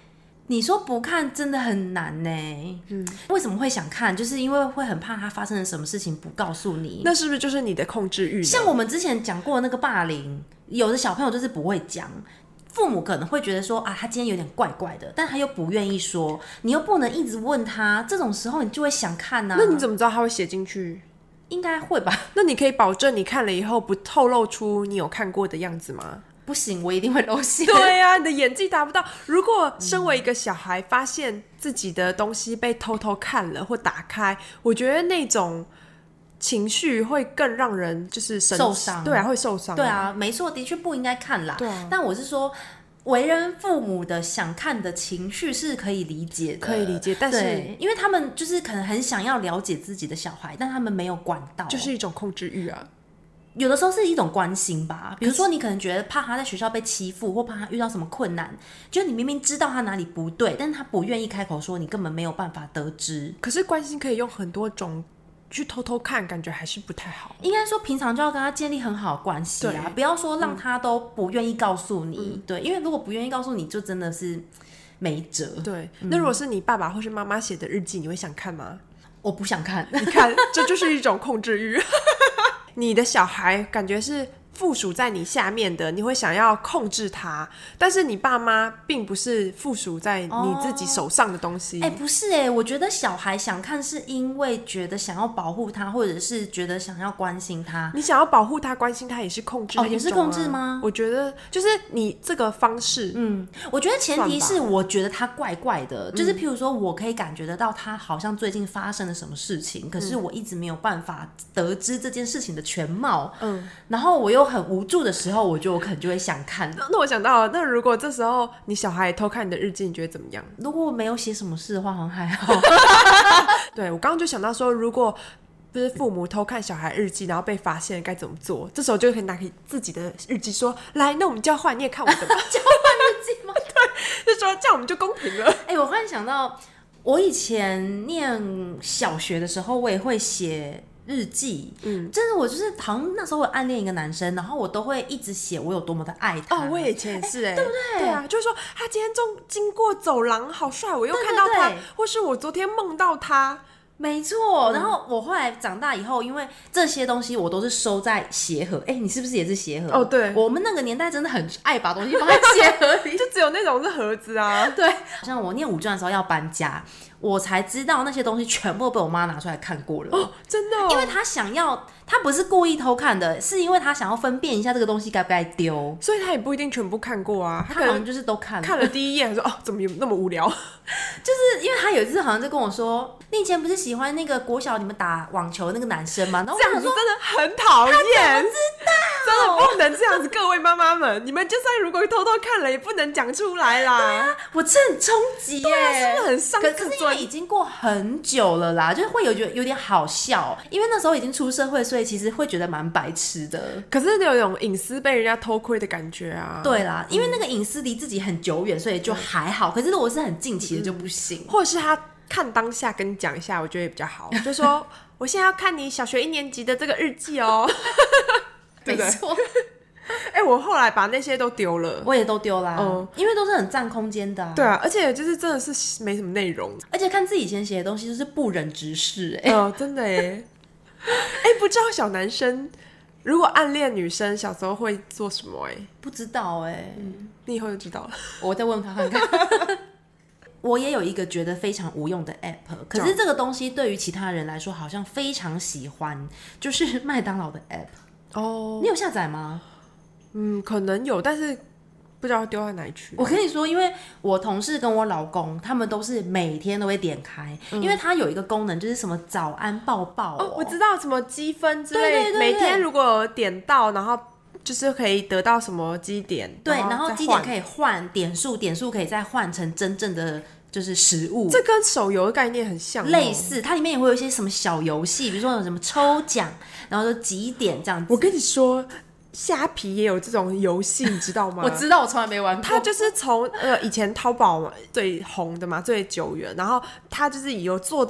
你说不看真的很难呢。嗯，为什么会想看？就是因为会很怕他发生了什么事情不告诉你。 那是不是就是你的控制欲呢？ 像我们之前讲过的那个霸凌，有的小朋友就是不会讲。父母可能会觉得说啊，他今天有点怪怪的，但他又不愿意说，你又不能一直问他，这种时候你就会想看啊。 那你怎么知道他会写进去？ 应该会吧。 那你可以保证你看了以后不透露出你有看过的样子吗？ 不行，我一定会露馅。 对啊，你的演技达不到。如果身为一个小孩发现自己的东西被偷偷看了或打开，我觉得那种情绪会更让人就是受伤。 对啊，会受伤。 对啊，没错，的确不应该看啦。 对啊， 但我是说，为人父母的想看的情绪是可以理解的， 可以理解。但是因为他们就是可能很想要了解自己的小孩，但他们没有管到， 就是一种控制欲啊。 有的时候是一种关心吧，比如说你可能觉得怕他在学校被欺负，或怕他遇到什么困难，就你明明知道他哪里不对，但是他不愿意开口说，你根本没有办法得知。 可是关心可以用很多种，去偷偷看，感觉还是不太好。 应该说平常就要跟他建立很好的关系啊，不要说让他都不愿意告诉你、嗯。对，因为如果不愿意告诉你，就真的是没辙。 对，那如果是你爸爸或是妈妈写的日记，你会想看吗？ 我不想看。 你看，这就是一种控制欲。你的小孩感觉是附属在你下面的，你会想要控制他，但是你爸妈并不是附属在你自己手上的东西。 哎、哦欸，不是哎、欸，我觉得小孩想看是因为觉得想要保护他，或者是觉得想要关心他。 你想要保护他、关心他，也是控制的一种啊。哦， 也是控制吗？ 我觉得就是你这个方式， 嗯，我觉得前提是我觉得他怪怪的，就是譬如说我可以感觉得到他好像最近发生了什么事情，可是我一直没有办法得知这件事情的全貌，嗯，然后我又很无助的时候。时候我觉得我可能就会想看。 那, 那我想到了，那如果这时候你小孩偷看你的日记，你觉得怎么样？ 如果我没有写什么事的话，好像还好。 对，我刚刚就想到说，如果不是父母偷看小孩日记，然后被发现该怎么做？这时候就可以拿起自己的日记说：“来，那我们交换，你也看我的吧。” 交换日记吗？ 对，就说这样我们就公平了。 哎、欸，我忽然想到，我以前念小学的时候，我也会写日记，嗯，真的，我就是好像那时候我暗恋一个男生，然后我都会一直写我有多么的爱他。 哦，我以前也是哎、欸， 对不对？ 对啊，就是说他今天中经过走廊好帅，我又看到他，对对对，或是我昨天梦到他。 没错，然后我后来长大以后，因为这些东西我都是收在鞋盒。哎，你是不是也是鞋盒？ 哦，对， 我们那个年代真的很爱把东西放在鞋盒里， 就只有那种是盒子啊。 对，像我念五专的时候要搬家，我才知道那些东西全部被我妈拿出来看过了。 哦，真的、哦？ 因为她想要，她不是故意偷看的，是因为她想要分辨一下这个东西该不该丢， 所以她也不一定全部看过啊。 她可能就是都看了， 看了第一页，说哦，怎么有那么无聊？ 就是因为她有一次好像就跟我说，你以前不是喜欢那个国小你们打网球的那个男生吗？然后我这样子真的很讨厌， 他怎么知道？ 真的不能这样子，各位妈妈们，你们就算如果偷偷看了，也不能讲出来啦。 对啊，我真的很冲击耶， 对啊，是不是很伤自尊？ 可是因为已经过很久了啦，就是会有觉得有点好笑，因为那时候已经出社会，所以其实会觉得蛮白痴的。 可是有一种隐私被人家偷窥的感觉啊。 对啦，因为那个隐私离自己很久远，所以就还好。可是如果是很近期的就不行， 嗯、或者是他看当下跟你讲一下，我觉得也比较好。就说我现在要看你小学一年级的这个日记哦。 没错。 哎、欸，我后来把那些都丢了， 我也都丢啦，嗯，因为都是很占空间的、啊。 对啊，而且就是真的是没什么内容， 而且看自己以前写的东西就是不忍直视、欸，哎、 哦，真的哎，哎、欸，不知道小男生如果暗恋女生，小时候会做什么、欸？哎， 不知道哎、欸嗯，你以后就知道了， 我再问他看看。我也有一个觉得非常无用的 app， 可是这个东西对于其他人来说好像非常喜欢，就是麦当劳的 app。哦，你有下载吗？ 嗯，可能有，但是不知道丢在哪里去。 我跟你说，因为我同事跟我老公他们都是每天都会点开、嗯、因为它有一个功能就是什么早安抱抱 哦, 哦我知道什么积分之类， 对对对对， 每天如果点到然后就是可以得到什么积点， 对，然后积点可以换点数，点数可以再换成真正的就是食物。 这跟手游的概念很像、哦、 类似，它里面也会有一些什么小游戏，比如说有什么抽奖，然后就几点这样子。 我跟你说虾皮也有这种游戏，你知道吗？ 我知道，我从来没玩过。 它就是从呃以前淘宝最红的嘛，最久远，然后它就是有做这种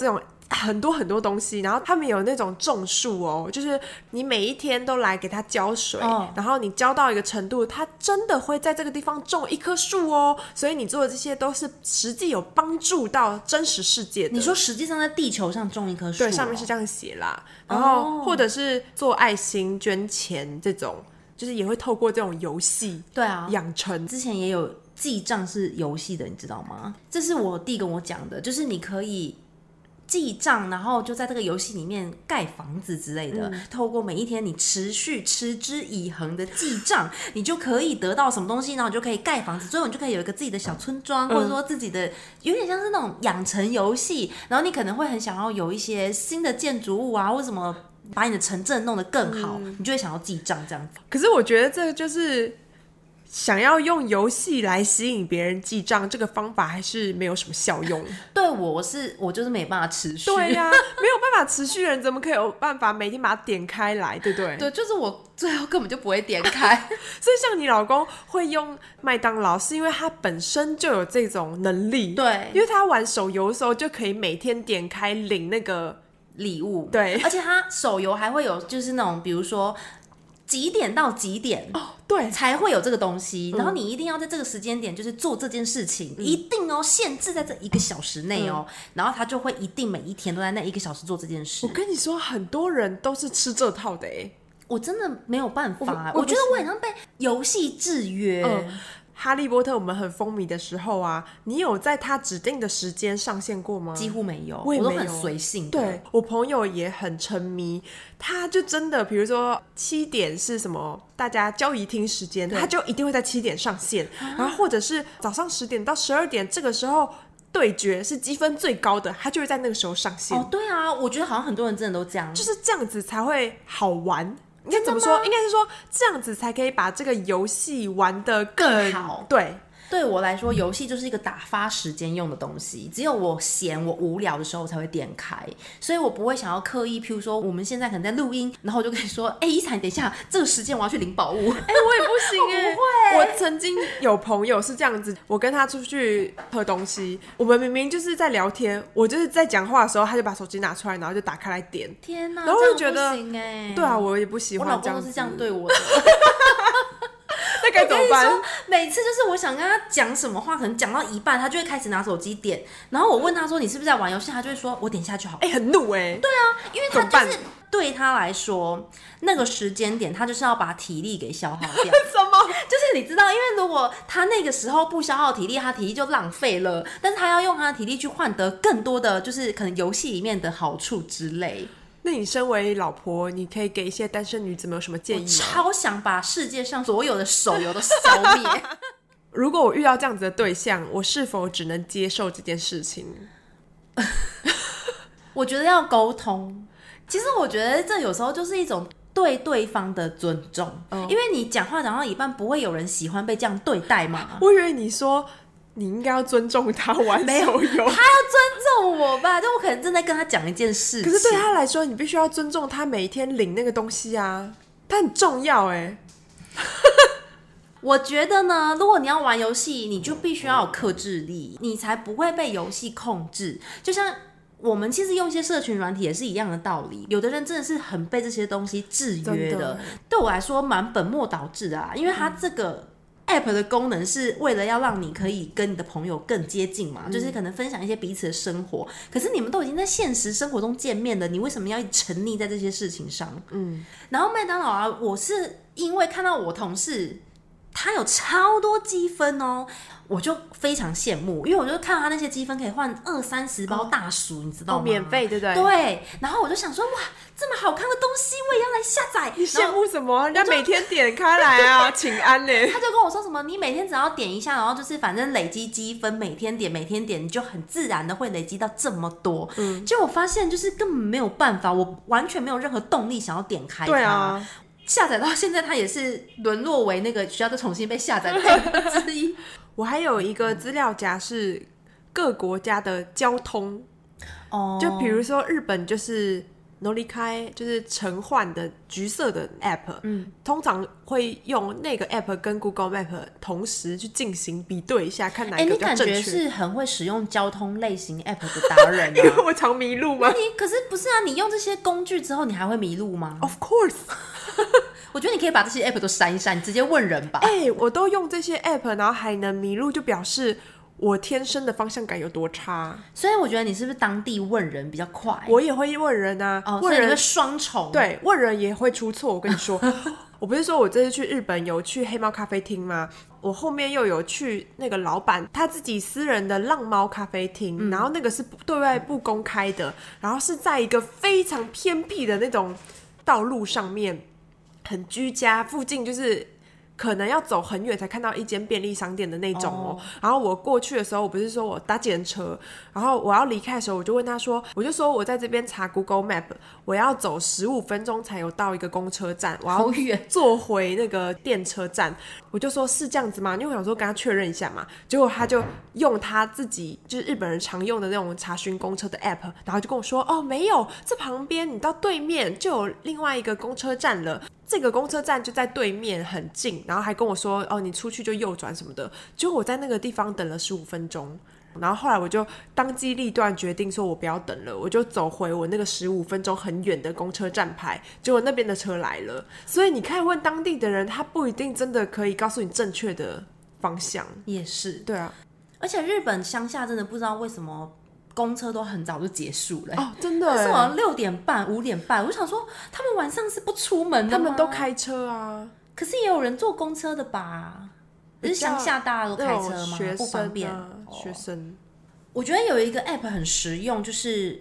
很多很多东西，然后他们有那种种树哦，就是你每一天都来给它浇水、哦、然后你浇到一个程度，它真的会在这个地方种一棵树哦，所以你做的这些都是实际有帮助到真实世界的。 你说实际上在地球上种一棵树、哦、 对，上面是这样写啦，然后或者是做爱心捐钱这种，就是也会透过这种游戏对啊养成。 之前也有记账是游戏的，你知道吗？这是我弟跟我讲的，就是你可以记账，然后就在这个游戏里面盖房子之类的、嗯、透过每一天你持续持之以恒的记账，你就可以得到什么东西，然后你就可以盖房子，最后你就可以有一个自己的小村庄、嗯、或者说自己的有点像是那种养成游戏，然后你可能会很想要有一些新的建筑物啊，或什么把你的城镇弄得更好、嗯、你就会想要记账这样子。 可是我觉得这个就是想要用游戏来吸引别人记账，这个方法还是没有什么效用。 对，我是我就是没办法持续。 对呀、啊，没有办法持续的人怎么可以有办法每天把它点开来，对不对？ 对，就是我最后根本就不会点开。 所以像你老公会用麦当劳，是因为他本身就有这种能力。 对， 因为他玩手游的时候就可以每天点开领那个礼物。 对， 而且他手游还会有就是那种比如说几点到几点、 哦、对， 才会有这个东西、嗯、然后你一定要在这个时间点就是做这件事情、嗯、一定哦限制在这一个小时内哦、嗯、然后他就会一定每一天都在那一个小时做这件事。 我跟你说很多人都是吃这套的耶， 我真的没有办法。 我, 我觉得我好像被游戏制约、嗯哈利波特我们很风靡的时候啊，你有在他指定的时间上线过吗？ 几乎没有， 我也没有， 我都很随性的。 对，我朋友也很沉迷，他就真的比如说七点是什么大家交易厅时间，他就一定会在七点上线、啊、然后或者是早上十点到十二点这个时候对决是积分最高的，他就会在那个时候上线。 哦，对啊，我觉得好像很多人真的都这样， 就是这样子才会好玩。应该怎么说？应该是说这样子才可以把这个游戏玩得 更, 更好。对， 对我来说，游戏就是一个打发时间用的东西。只有我闲、我无聊的时候才会点开，所以我不会想要刻意。譬如说，我们现在可能在录音，然后我就跟你说：“哎、欸，依彩，等一下，这个时间我要去领宝物。”哎、欸，我也不行哎、 欸，不会。我曾经有朋友是这样子，我跟他出去喝东西，我们明明就是在聊天，我就是在讲话的时候，他就把手机拿出来，然后就打开来点。 天哪！ 然后我就觉得， 不行欸、 对啊，我也不喜欢这样子。 我老公都是这样对我的。 那该怎么办？ 每次就是我想跟他讲什么话，可能讲到一半，他就会开始拿手机点，然后我问他说：“你是不是在玩游戏？”他就会说：“我点下去好。” 哎、欸，很怒哎、欸。 对啊，因为他就是对他来说，那个时间点他就是要把体力给消耗掉。 什么？ 就是你知道，因为如果他那个时候不消耗体力，他体力就浪费了。但是他要用他的体力去换得更多的，就是可能游戏里面的好处之类。 那你身为老婆，你可以给一些单身女子们有什么建议吗？ 我超想把世界上所有的手游都消灭。 如果我遇到这样子的对象，我是否只能接受这件事情？ 我觉得要沟通。其实我觉得这有时候就是一种对对方的尊重、哦、因为你讲话讲到一半，不会有人喜欢被这样对待嘛。 我以为你说你应该要尊重他玩手游，他要尊重我吧？就我可能正在跟他讲一件事情， 可是对他来说，你必须要尊重他每一天领那个东西啊，他很重要哎。 我觉得呢，如果你要玩游戏，你就必须要有克制力，你才不会被游戏控制。就像我们其实用一些社群软体也是一样的道理，有的人真的是很被这些东西制约 的, 的对我来说蛮本末倒置的啊，因为它这个 app 的功能是为了要让你可以跟你的朋友更接近嘛、嗯、就是可能分享一些彼此的生活，可是你们都已经在现实生活中见面了，你为什么要沉溺在这些事情上？嗯，然后麦当劳啊，我是因为看到我同事他有超多积分哦，我就非常羡慕，因为我就看到他那些积分可以换二三十包大薯、哦、你知道吗？ 哦、免费对不对？ 对，然后我就想说，哇，这么好看的东西我也要来下载。 你羡慕什么？人家每天点开来啊，请安呢。 他就跟我说什么，你每天只要点一下，然后就是反正累积积分，每天点每天点，你就很自然的会累积到这么多。嗯，结果我发现就是根本没有办法，我完全没有任何动力想要点开它。 对啊。 下载到现在，它也是沦落为那个需要再重新被下载的 app 之一。 我还有一个资料夹是各国家的交通，哦，就比如说日本就是诺离开就是陈焕的橘色的 app， 嗯，通常会用那个 app 跟 Google Map 同时去进行比对一下，看哪一个比较正确。 欸，你感觉是很会使用交通类型 app 的达人啊。 因为我常迷路吗？ 你可是不是啊？你用这些工具之后，你还会迷路吗？ Of course。 我觉得你可以把这些 app 都删一删，你直接问人吧。 哎、欸，我都用这些 app， 然后还能迷路，就表示我天生的方向感有多差。 所以我觉得你是不是当地问人比较快？ 我也会问人啊， 哦， 问人会双重。 对，问人也会出错。我跟你说，我不是说我这次去日本有去黑猫咖啡厅吗？我后面又有去那个老板他自己私人的浪猫咖啡厅，嗯，然后那个是对外不公开的，然后是在一个非常偏僻的那种道路上面，很居家，附近就是可能要走很远才看到一间便利商店的那种哦。Oh. 然后我过去的时候，我不是说我搭计程车，然后我要离开的时候，我就问他说，我就说我在这边查 Google Map， 我要走十五分钟才有到一个公车站，我要坐回那个电车站。我就说是这样子吗？因为我想说跟他确认一下嘛。结果他就用他自己就是日本人常用的那种查询公车的 app， 然后就跟我说，哦，没有，这旁边你到对面就有另外一个公车站了。这个公车站就在对面很近，然后还跟我说哦，你出去就右转什么的。结果我在那个地方等了十五分钟，然后后来我就当机立断决定说我不要等了，我就走回我那个十五分钟很远的公车站牌。结果那边的车来了，所以你看问当地的人，他不一定真的可以告诉你正确的方向。 也是， 对啊， 而且日本乡下真的不知道为什么公车都很早就结束了、欸、 哦，真的耶， 是我六点半五点半，我想说他们晚上是不出门的吗？ 他们都开车啊， 可是也有人坐公车的吧？可是乡下大家都开车吗？ 学生啊、 不方便、 哦、学生。 我觉得有一个 app 很实用，就是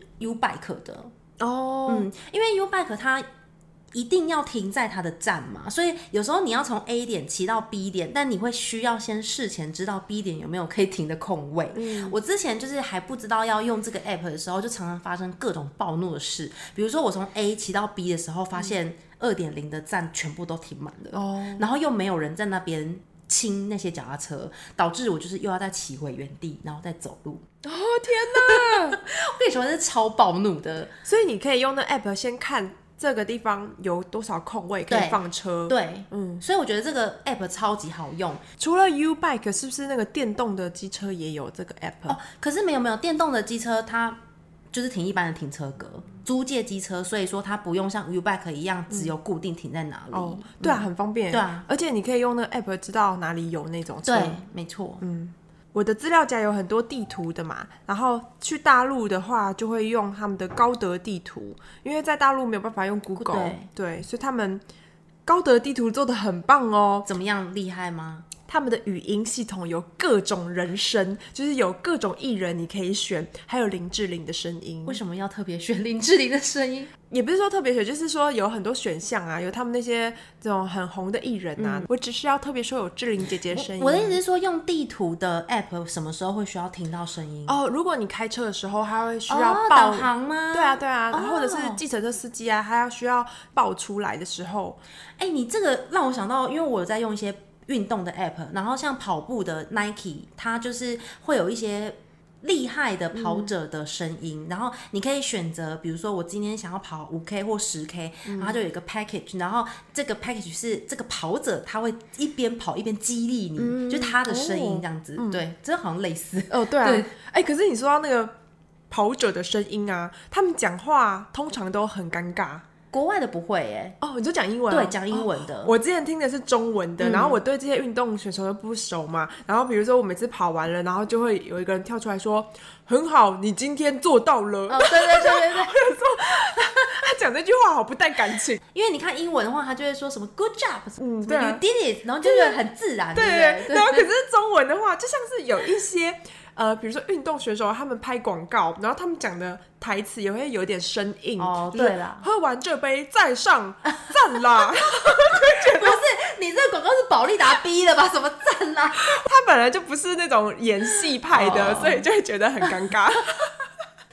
U-Bike 的哦， 嗯，因为 U-Bike 它一定要停在它的站嘛，所以有时候你要从 A 点骑到 B 点，但你会需要先事前知道 B 点有没有可以停的空位。嗯，我之前就是还不知道要用这个 app 的时候，就常常发生各种暴怒的事。比如说我从 A 骑到 B 的时候，发现 二点零 的站全部都停满了，哦，然后又没有人在那边清那些脚踏车，导致我就是又要再骑回原地，然后再走路。 哦天哪！ 我跟你说，这是超暴怒的。 所以你可以用那 app 先看这个地方有多少空位可以放车。 对，对，嗯，所以我觉得这个 app 超级好用。 除了 U-Bike， 是不是那个电动的机车也有这个 app？ 哦，可是没有没有，电动的机车它就是停一般的停车格，租借机车，所以说它不用像 U-Bike 一样只有固定停在哪里。嗯哦， 对啊，很方便。 对啊， 而且你可以用那个 app 知道哪里有那种车。 对，没错。嗯。 我的资料夹有很多地图的嘛，然后去大陆的话就会用他们的高德地图，因为在大陆没有办法用 Google， 对, 对，所以他们高德地图做得很棒哦。 怎么样，厉害吗？ 他们的语音系统有各种人声，就是有各种艺人你可以选，还有林志玲的声音。 为什么要特别选林志玲的声音？ 也不是说特别选，就是说有很多选项啊，有他们那些这种很红的艺人啊、嗯、我只是要特别说有志玲姐姐的声音。 我的意思是说，用地图的 app 什么时候会需要听到声音？ 哦，如果你开车的时候，它会需要报、哦、 导航吗？ 对啊对啊、哦、或者是计程车司机啊，他要需要报出来的时候。 哎、欸，你这个让我想到，因为我有在用一些运动的 app， 然后像跑步的 Nike， 它就是会有一些厉害的跑者的声音、嗯、然后你可以选择，比如说我今天想要跑 五 K 或 十 K、嗯、然后就有一个 package， 然后这个 package 是这个跑者他会一边跑一边激励你、嗯、就是他的声音这样子、哦、对，这好像类似哦，对啊，哎、欸，可是你说到那个跑者的声音啊，他们讲话通常都很尴尬。 国外的不会耶、 欸、哦，你就讲英文、啊、 对，讲英文的、哦。 我之前听的是中文的、嗯，然后我对这些运动选手都不熟嘛。然后比如说我每次跑完了，然后就会有一个人跳出来说：“很好，你今天做到了。” 哦，对对对对对， 我就说他讲这句话好不带感情， 因为你看英文的话，他就会说什么 “good job”， 嗯，对、啊、 ，“you did it”， 然后就觉得很自然， 对对, 对, 对, 对。 然后可是中文的话，就像是有一些。呃，比如说运动选手他们拍广告，然后他们讲的台词也会有点生硬哦， 就是、 对啦， 喝完这杯再上赞啦不是，你这个广告是保利达逼的吧？什么赞啦？ 他本来就不是那种演戏派的、哦、所以就会觉得很尴尬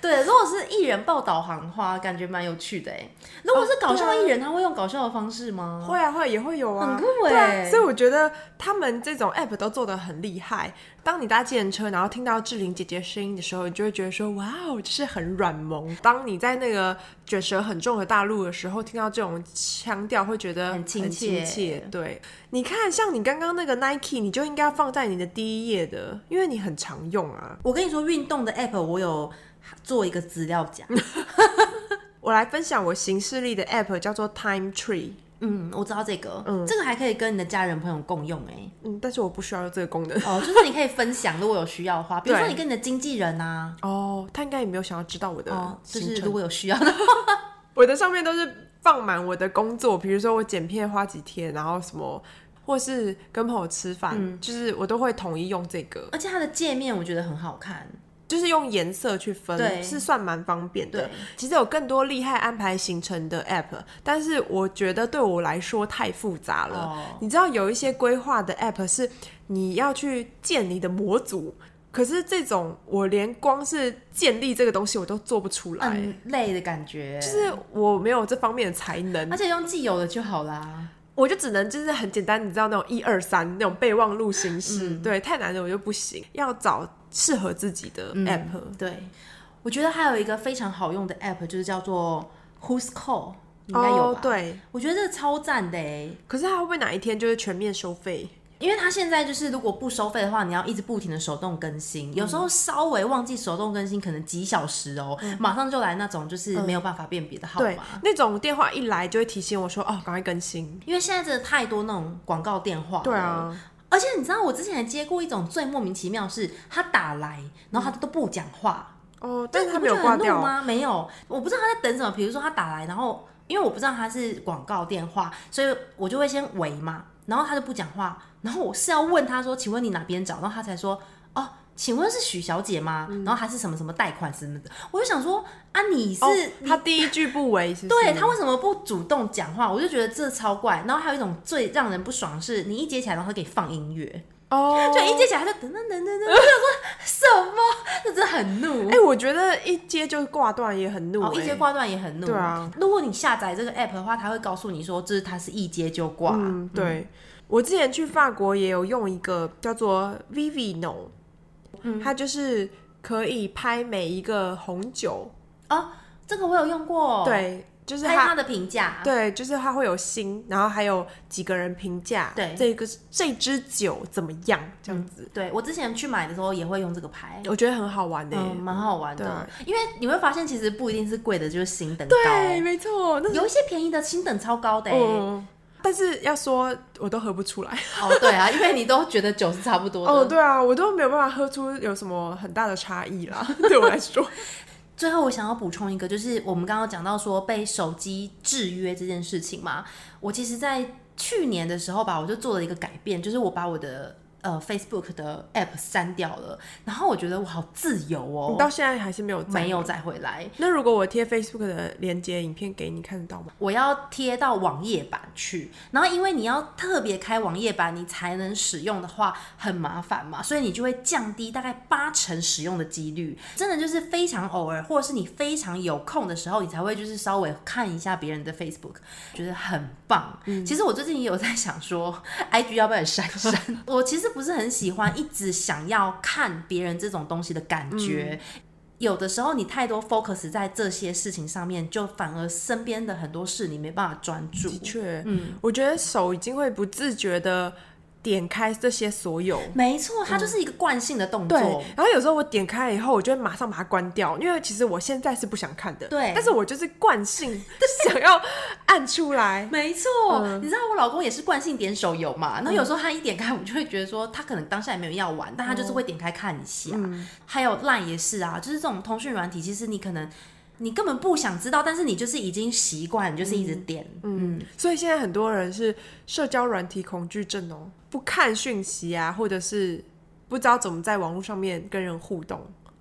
对，如果是艺人报导航的话，感觉蛮有趣的哎。如果是搞笑艺人，哦啊、他会用搞笑的方式吗？ 会啊，会也会有啊， 很酷哎、 啊。所以我觉得他们这种 app 都做得很厉害。当你搭计程车，然后听到志玲姐姐声音的时候，你就会觉得说，哇哦，就是很软萌。当你在那个卷舌很重的大陆的时候，听到这种腔调，会觉得很亲切。 很亲切。对，你看，像你刚刚那个 Nike， 你就应该放在你的第一页的，因为你很常用啊。 我跟你说，运动的 app 我有做一个资料夹。 我来分享我行事历的 app 叫做 Time Tree。 嗯，我知道这个，嗯，这个还可以跟你的家人朋友共用哎、欸， 嗯，但是我不需要这个功能哦，就是你可以分享，如果有需要的话，比如说你跟你的经纪人啊， 哦，他应该也没有想要知道我的行程， 哦、就是如果有需要的话， 我的上面都是放满我的工作，比如说我剪片花几天，然后什么，或是跟朋友吃饭、嗯，就是我都会统一用这个， 而且它的界面我觉得很好看。 就是用颜色去分，是算蛮方便的。其实有更多厉害安排行程的 app， 但是我觉得对我来说太复杂了。哦、你知道有一些规划的 app 是你要去建你的模组，可是这种我连光是建立这个东西我都做不出来， 很累的感觉。 就是我没有这方面的才能， 而且用既有的就好啦。 我就只能就是很简单，你知道那种一二三那种备忘录形式、嗯，对，太难的我就不行，要找适合自己的 app、 嗯。对，我觉得还有一个非常好用的 app 就是叫做 Who's Call， 应该有吧？哦、 对， 我觉得这个超赞的哎。 可是它会不会哪一天就是全面收费？ 因为它现在就是如果不收费的话，你要一直不停的手动更新、嗯、有时候稍微忘记手动更新可能几小时哦、嗯、马上就来那种就是没有办法辨别的号码、嗯、 对，那种电话一来就会提醒我说哦赶快更新， 因为现在真的太多那种广告电话了。 对啊， 而且你知道我之前还接过一种最莫名其妙是他打来然后他都不讲话、 嗯、哦，但是他没有挂掉吗？没有，我不知道他在等什么。比如说他打来，然后因为我不知道他是广告电话，所以我就会先喂嘛，然后他就不讲话，然后我是要问他说请问你哪边找，然后他才说哦请问是许小姐吗、嗯、然后还是什么什么贷款什么的，我就想说啊你是、哦、 他第一句不为是不是？ 对，他为什么不主动讲话？我就觉得这超怪。然后还有一种最让人不爽的是你一接起来然后他给你放音乐哦，就一接起来他就噔噔噔噔噔，我想说什么？这真的很怒。 哎、欸，我觉得一接就挂断也很怒、欸。 哦，一接挂断也很怒。 对啊， 如果你下载这个 app 的话，它会告诉你说，这是它是一接就挂。 嗯，对。嗯、我之前去法国也有用一个叫做 Vivino， 嗯，它就是可以拍每一个红酒。 哦，这个我有用过。 对。就是拍他的评价， 对，就是他会有星，然后还有几个人评价， 对， 这个这支酒怎么样，这样子。 嗯、对，我之前去买的时候也会用这个牌， 我觉得很好玩的、欸， 嗯，蛮好玩的、啊。因为你会发现，其实不一定是贵的，就是星等高， 对，没错， 有一些便宜的星等超高的、欸， 嗯，但是要说我都喝不出来。 哦，对啊，因为你都觉得酒是差不多的。 哦，对啊，我都没有办法喝出有什么很大的差异啦，对我来说。 最后我想要补充一个，就是我们刚刚讲到说被手机制约这件事情嘛，我其实在去年的时候吧，我就做了一个改变，就是我把我的呃 Facebook 的 app 删掉了，然后我觉得我好自由哦。 你到现在还是没有没有再回来？ 那如果我贴 Facebook 的连结影片给你，看得到吗？ 我要贴到网页版去，然后因为你要特别开网页版你才能使用的话很麻烦嘛，所以你就会降低大概八成使用的几率，真的就是非常偶尔或者是你非常有空的时候你才会就是稍微看一下别人的 Facebook， 觉得很棒、嗯、其实我最近也有在想说 I G 要不要删删我其实不是很喜欢一直想要看别人这种东西的感觉、嗯，有的时候你太多 focus 在这些事情上面，就反而身边的很多事你没办法专注。 的确，嗯，我觉得手已经会不自觉的点开这些所有， 没错，它就是一个惯性的动作、嗯、 对，然后有时候我点开了以后我就会马上把它关掉，因为其实我现在是不想看的， 对， 但是我就是惯性想要按出来没错、嗯、你知道我老公也是惯性点手游嘛，然后有时候他一点开我就会觉得说他可能当下也没有要玩，但他就是会点开看一下、嗯、还有 LINE 也是啊，就是这种通讯软体其实你可能你根本不想知道，但是你就是已经习惯，你就是一直点嗯, 嗯，所以现在很多人是社交软体恐惧症哦，不看讯息啊，或者是不知道怎么在网络上面跟人互动。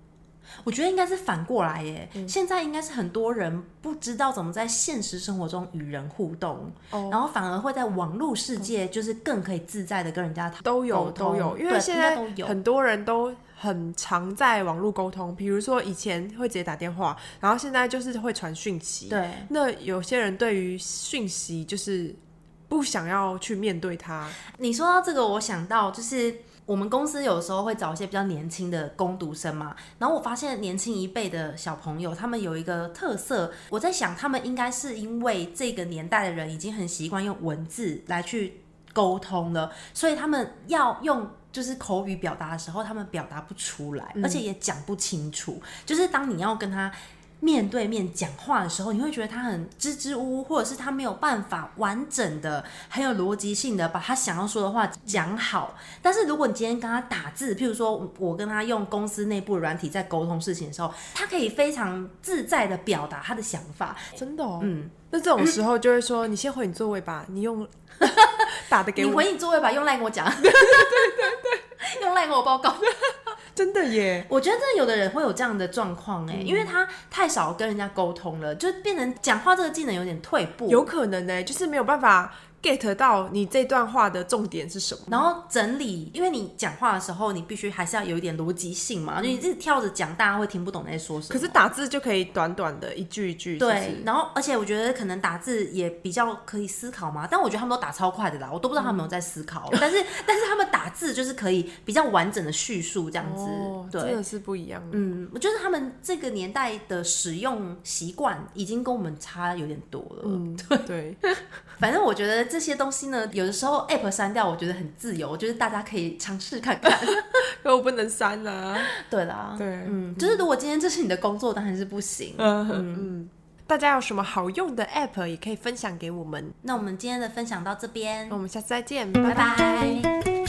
我觉得应该是反过来耶、嗯、现在应该是很多人不知道怎么在现实生活中与人互动、哦、然后反而会在网络世界就是更可以自在的跟人家讨都有都有，因为现在很多人都很常在网络沟通，比如说以前会直接打电话，然后现在就是会传讯息。 对， 那有些人对于讯息就是不想要去面对它。 你说到这个，我想到就是我们公司有时候会找一些比较年轻的工读生嘛，然后我发现年轻一辈的小朋友他们有一个特色，我在想他们应该是因为这个年代的人已经很习惯用文字来去沟通了，所以他们要用就是口语表达的时候他们表达不出来、嗯、而且也讲不清楚，就是当你要跟他面对面讲话的时候，你会觉得他很支支吾吾，或者是他没有办法完整的很有逻辑性的把他想要说的话讲好。但是如果你今天跟他打字，譬如说我跟他用公司内部的软体在沟通事情的时候，他可以非常自在的表达他的想法。 真的哦。嗯，那这种时候就会说、嗯、你先回你座位吧，你用打的给我， 你回你座位吧，用 LINE 跟我讲。对对对对，用 LINE 跟我报告。 真的耶， 我觉得真的有的人会有这样的状况哎，因为他太少跟人家沟通了，就变成讲话这个技能有点退步。 有可能哎，就是没有办法 get 到你这段话的重点是什么， 然后整理，因为你讲话的时候你必须还是要有一点逻辑性嘛，就你自己跳着讲大家会听不懂你在说什么。 可是打字就可以短短的一句一句， 对， 是是， 然后而且我觉得可能打字也比较可以思考嘛，但我觉得他们都打超快的啦，我都不知道他们有没有在思考、嗯、但是但是他们打字就是可以比较完整的叙述这样子、哦、对， 真的是不一样。 嗯，我觉得他们这个年代的使用习惯已经跟我们差有点多了。 嗯，对对反正我觉得这些东西呢，有的时候 app 删掉我觉得很自由，我觉得大家可以尝试看看。 可我不能删啊。 对啦， 对， 嗯，就是如果今天这是你的工作当然是不行。嗯嗯，大家有什么好用的 app 也可以分享给我们。 那我们今天的分享到这边， 那我们下次再见， 拜拜。